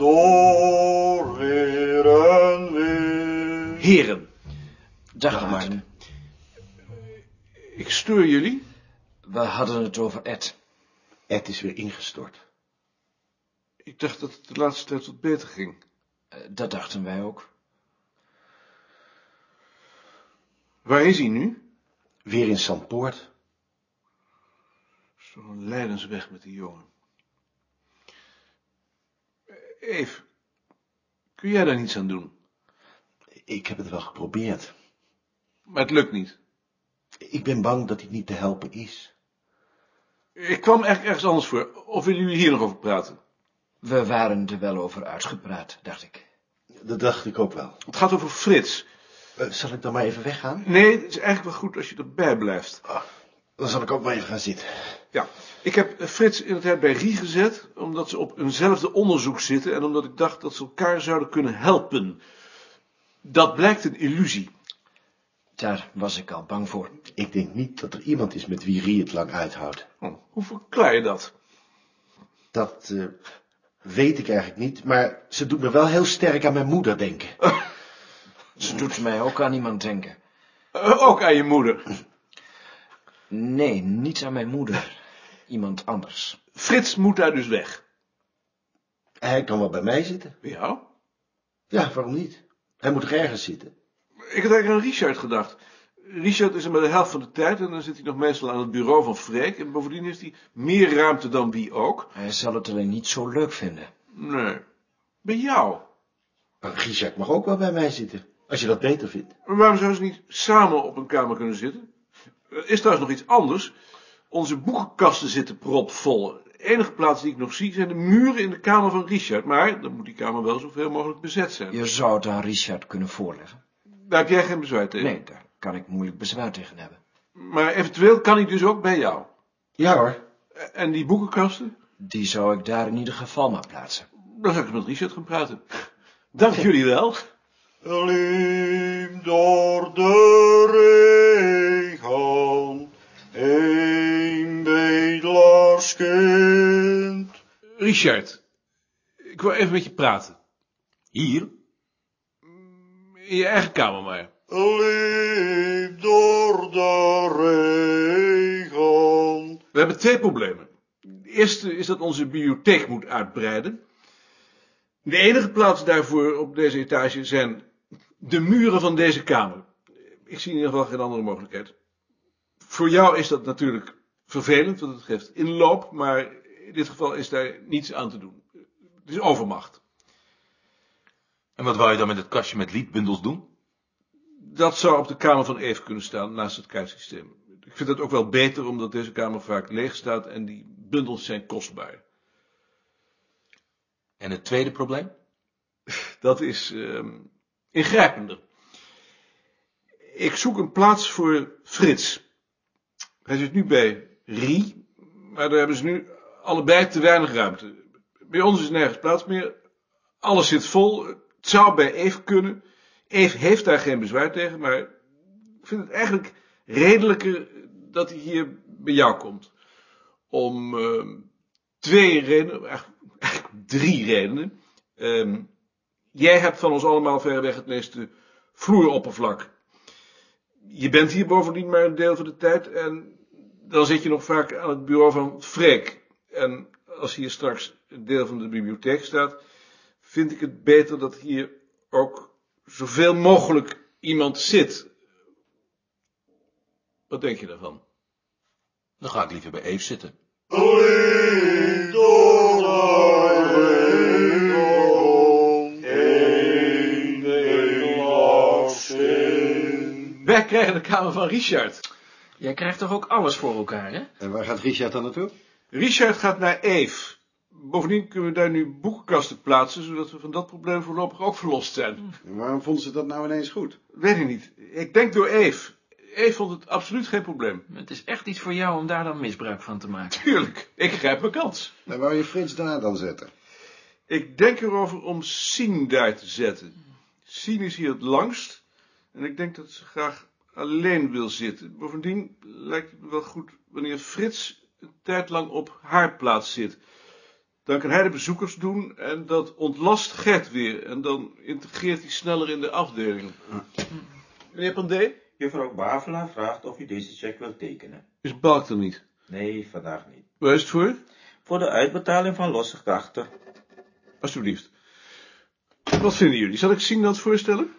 door weer en weer. Heren. Dag, Maarten. Ik stoor jullie. We hadden het over Ed. Ed is weer ingestort. Ik dacht dat het de laatste tijd wat beter ging. Dat dachten wij ook. Waar is hij nu? Weer in Zandpoort. Zo'n lijdensweg met die jongen. Eve, kun jij daar niets aan doen? Ik heb het wel geprobeerd. Maar het lukt niet. Ik ben bang dat hij niet te helpen is. Ik kwam echt ergens anders voor. Of willen jullie hier nog over praten? We waren er wel over uitgepraat, dacht ik. Dat dacht ik ook wel. Het gaat over Frits. Zal ik dan maar even weggaan? Nee, het is eigenlijk wel goed als je erbij blijft. Dan zal ik ook maar even gaan zitten. Ja, ik heb Frits in het tijd bij Rie gezet, omdat ze op eenzelfde onderzoek zitten en omdat ik dacht dat ze elkaar zouden kunnen helpen. Dat blijkt een illusie. Daar was ik al bang voor. Ik denk niet dat er iemand is met wie Rie het lang uithoudt. Hoe verklaar je dat? Dat weet ik eigenlijk niet, maar ze doet me wel heel sterk aan mijn moeder denken. Ze doet mij ook aan iemand denken. Ook aan je moeder. Nee, niet aan mijn moeder. Iemand anders. Frits moet daar dus weg. Hij kan wel bij mij zitten. Bij jou? Ja, waarom niet? Hij moet toch ergens zitten? Ik had eigenlijk aan Richard gedacht. Richard is er maar de helft van de tijd en dan zit hij nog meestal aan het bureau van Freek. En bovendien heeft hij meer ruimte dan wie ook. Hij zal het alleen niet zo leuk vinden. Nee. Bij jou? Maar Richard mag ook wel bij mij zitten, als je dat beter vindt. Maar waarom zouden ze niet samen op een kamer kunnen zitten? Er is trouwens nog iets anders. Onze boekenkasten zitten propvol. De enige plaats die ik nog zie zijn de muren in de kamer van Richard. Maar dan moet die kamer wel zoveel mogelijk bezet zijn. Je zou het aan Richard kunnen voorleggen. Daar heb jij geen bezwaar tegen? Nee, daar kan ik moeilijk bezwaar tegen hebben. Maar eventueel kan hij dus ook bij jou. Ja hoor. En die boekenkasten? Die zou ik daar in ieder geval maar plaatsen. Dan zou ik met Richard gaan praten. Dank jullie wel. Liep door de regen, een bedelaarskind. Richard, ik wil even met je praten. Hier? In je eigen kamer maar. Liep door de regen. We hebben twee problemen. Het eerste is dat onze bibliotheek moet uitbreiden. De enige plaats daarvoor op deze etage zijn de muren van deze kamer. Ik zie in ieder geval geen andere mogelijkheid. Voor jou is dat natuurlijk vervelend, want het geeft inloop, maar in dit geval is daar niets aan te doen. Het is overmacht. En wat wou je dan met het kastje met liedbundels doen? Dat zou op de kamer van Eve kunnen staan, naast het kaartsysteem. Ik vind dat ook wel beter, omdat deze kamer vaak leeg staat en die bundels zijn kostbaar. En het tweede probleem? Dat is ingrijpender. Ik zoek een plaats voor Frits. Hij zit nu bij Rie, maar daar hebben ze nu allebei te weinig ruimte. Bij ons is nergens plaats meer. Alles zit vol. Het zou bij Eve kunnen. Eve heeft daar geen bezwaar tegen, maar ik vind het eigenlijk redelijker dat hij hier bij jou komt. Om twee redenen, eigenlijk drie redenen. Jij hebt van ons allemaal verreweg het meeste vloeroppervlak. Je bent hier bovendien maar een deel van de tijd en dan zit je nog vaak aan het bureau van Freek. En als hier straks een deel van de bibliotheek staat, vind ik het beter dat hier ook zoveel mogelijk iemand zit. Wat denk je daarvan? Dan ga ik liever bij Eve zitten. Liep door de regen, een bedelaarskind. Wij krijgen de kamer van Richard. Jij krijgt toch ook alles voor elkaar, hè? En waar gaat Richard dan naartoe? Richard gaat naar Eve. Bovendien kunnen we daar nu boekenkasten plaatsen, zodat we van dat probleem voorlopig ook verlost zijn. En waarom vonden ze dat nou ineens goed? Weet ik niet. Ik denk door Eve. Eve vond het absoluut geen probleem. Het is echt iets voor jou om daar dan misbruik van te maken. Tuurlijk, ik grijp mijn kans. En wou je Frits daar dan zetten? Ik denk erover om Sien daar te zetten. Sien is hier het langst en ik denk dat ze graag alleen wil zitten. Bovendien lijkt het me wel goed wanneer Frits een tijd lang op haar plaats zit. Dan kan hij de bezoekers doen en dat ontlast Gert weer. En dan integreert hij sneller in de afdeling. Meneer Pandé? Juffrouw Bavela vraagt of u deze cheque wilt tekenen. Is Balk er niet? Nee, vandaag niet. Waar is het voor? Voor de uitbetaling van losse krachten. Alsjeblieft. Wat vinden jullie? Zal ik zien dat voorstellen?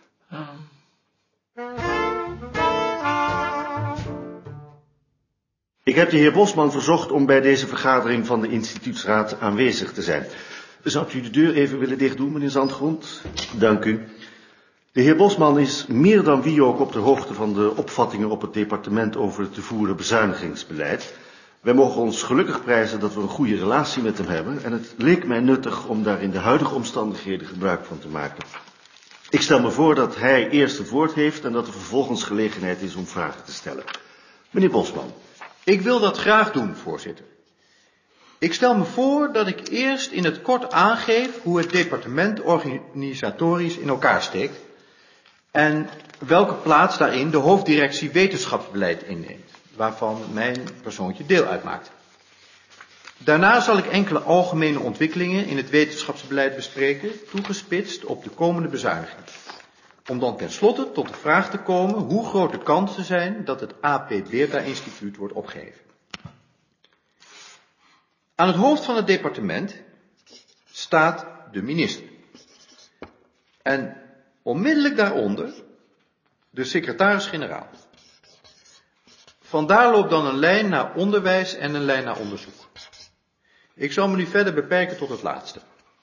Ik heb de heer Bosman verzocht om bij deze vergadering van de instituutsraad aanwezig te zijn. Zou u de deur even willen dichtdoen, meneer Zandgrond? Dank u. De heer Bosman is meer dan wie ook op de hoogte van de opvattingen op het departement over het te voeren bezuinigingsbeleid. Wij mogen ons gelukkig prijzen dat we een goede relatie met hem hebben en het leek mij nuttig om daar in de huidige omstandigheden gebruik van te maken. Ik stel me voor dat hij eerst het woord heeft en dat er vervolgens gelegenheid is om vragen te stellen. Meneer Bosman. Ik wil dat graag doen, voorzitter. Ik stel me voor dat ik eerst in het kort aangeef hoe het departement organisatorisch in elkaar steekt en welke plaats daarin de hoofddirectie wetenschapsbeleid inneemt, waarvan mijn persoontje deel uitmaakt. Daarna zal ik enkele algemene ontwikkelingen in het wetenschapsbeleid bespreken, toegespitst op de komende bezuiniging. Om dan tenslotte tot de vraag te komen hoe groot de kansen zijn dat het AP Beerta Instituut wordt opgeheven. Aan het hoofd van het departement staat de minister. En onmiddellijk daaronder de secretaris-generaal. Vandaar loopt dan een lijn naar onderwijs en een lijn naar onderzoek. Ik zal me nu verder beperken tot het laatste.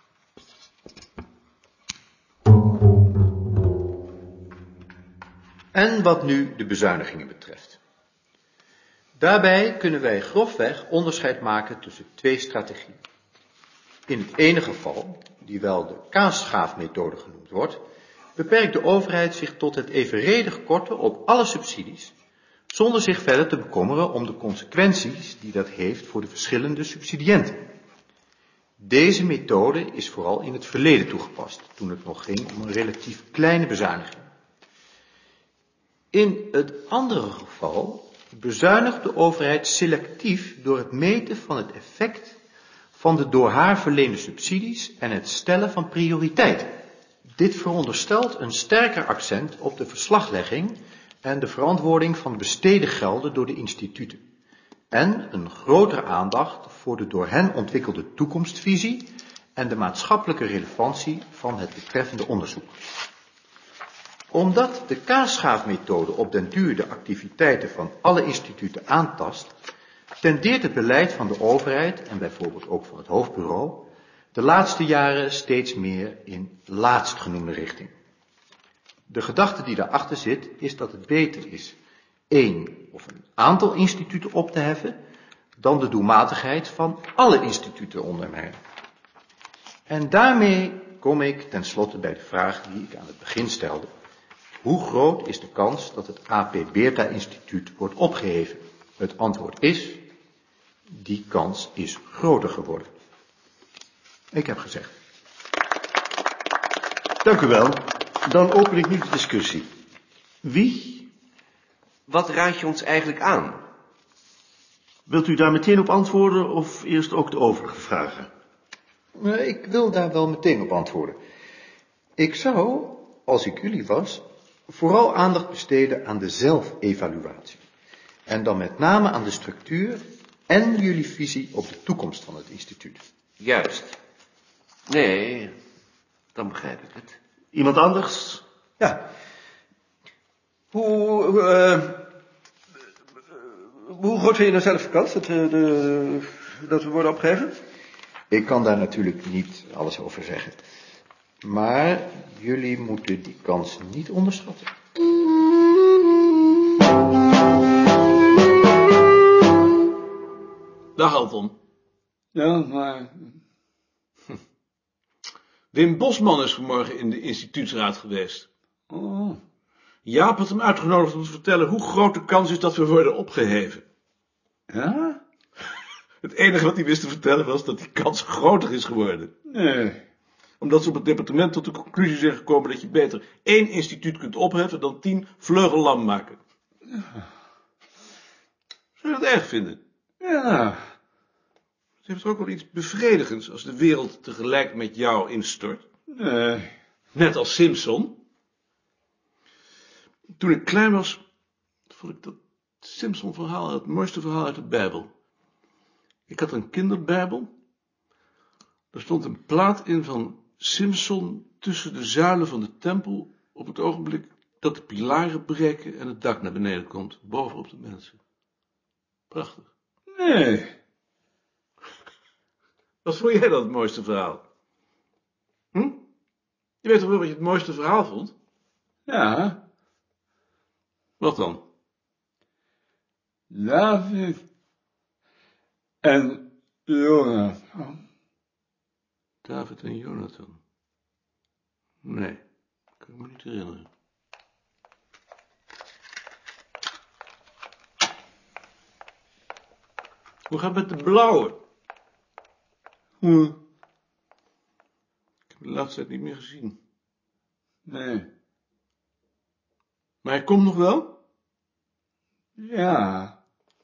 En wat nu de bezuinigingen betreft. Daarbij kunnen wij grofweg onderscheid maken tussen twee strategieën. In het ene geval, die wel de kaasschaafmethode genoemd wordt, beperkt de overheid zich tot het evenredig korten op alle subsidies, zonder zich verder te bekommeren om de consequenties die dat heeft voor de verschillende subsidiënten. Deze methode is vooral in het verleden toegepast, toen het nog ging om een relatief kleine bezuiniging. In het andere geval bezuinigt de overheid selectief door het meten van het effect van de door haar verleende subsidies en het stellen van prioriteiten. Dit veronderstelt een sterker accent op de verslaglegging en de verantwoording van besteden gelden door de instituten. En een grotere aandacht voor de door hen ontwikkelde toekomstvisie en de maatschappelijke relevantie van het betreffende onderzoek. Omdat de kaasschaafmethode op den duur de activiteiten van alle instituten aantast, tendeert het beleid van de overheid en bijvoorbeeld ook van het hoofdbureau de laatste jaren steeds meer in laatstgenoemde richting. De gedachte die daarachter zit is dat het beter is één of een aantal instituten op te heffen dan de doelmatigheid van alle instituten onder mij. En daarmee kom ik tenslotte bij de vraag die ik aan het begin stelde. Hoe groot is de kans dat het AP Beerta Instituut wordt opgeheven? Het antwoord is, die kans is groter geworden. Ik heb gezegd. Dank u wel. Dan open ik nu de discussie. Wie? Wat raad je ons eigenlijk aan? Wilt u daar meteen op antwoorden of eerst ook de overige vragen? Ik wil daar wel meteen op antwoorden. Ik zou, als ik jullie was, vooral aandacht besteden aan de zelfevaluatie. En dan met name aan de structuur en jullie visie op de toekomst van het instituut. Juist. Nee, dan begrijp ik het. Iemand anders? Ja. Hoe groot vind je nou zelf de kans dat we worden opgegeven? Ik kan daar natuurlijk niet alles over zeggen. Maar jullie moeten die kans niet onderschatten. Dag Anton. Ja, maar... Wim Bosman is vanmorgen in de instituutsraad geweest. Oh, Jaap had hem uitgenodigd om te vertellen hoe groot de kans is dat we worden opgeheven. ja? Het enige wat hij wist te vertellen was dat die kans groter is geworden. Nee. Omdat ze op het departement tot de conclusie zijn gekomen dat je beter 1 instituut kunt opheffen dan 10 vleugellam maken. Zou je dat erg vinden? Ja. Het heeft ook wel iets bevredigends als de wereld tegelijk met jou instort. Nee. Net als Simpson. Toen ik klein was, vond ik dat Simpson-verhaal het mooiste verhaal uit de Bijbel. Ik had een kinderbijbel. Er stond een plaat in van Simpson tussen de zuilen van de tempel op het ogenblik dat de pilaren breken en het dak naar beneden komt, bovenop de mensen. Prachtig. Nee. Wat vond jij dan het mooiste verhaal? Hm? Je weet toch wel wat je het mooiste verhaal vond? Ja. Wat dan? David en Jonathan. David en Jonathan. Nee, kan ik me niet herinneren. Hoe gaat het met de blauwe? Hoe? Ik heb hem de laatste tijd niet meer gezien. Nee. Maar hij komt nog wel? Ja.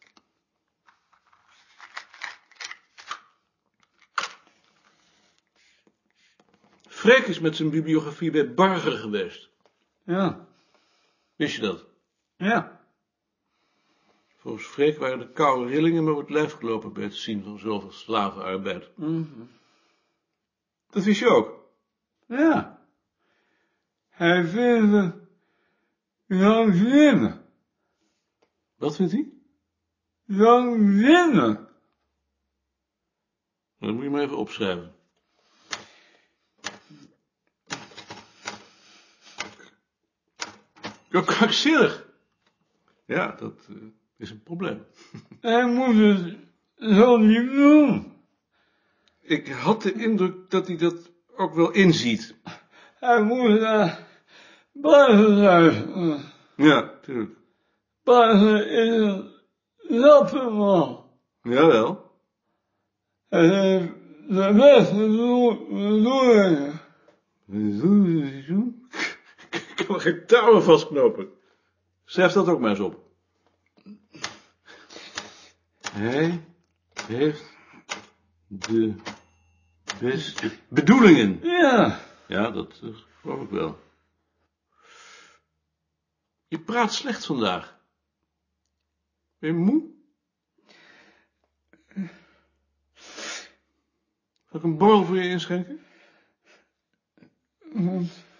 Freek is met zijn bibliografie bij Barger geweest. Ja. Wist je dat? Ja. Volgens Freek waren de koude rillingen me op het lijf gelopen bij het zien van zoveel slavenarbeid. Dat wist je ook? Ja. Hij vindt het langzinnig. Wat vindt hij? Langzinnig. Dat moet je maar even opschrijven. Krankzinnig. Ja, dat is een probleem. Hij moet het zo niet doen. Ik had de indruk dat hij dat ook wel inziet. Hij moet naar buiten luisteren. Ja, tuurlijk. Buiten is een zappe man. Jawel. Hij heeft de beste bedoelingen. Ik kan er geen touwen vastknopen. Schrijf dat ook maar eens op. Hij heeft de beste bedoelingen. Ja. Ja, dat geloof ik wel. Je praat slecht vandaag. Ben je moe? Zal ik een borrel voor je inschenken?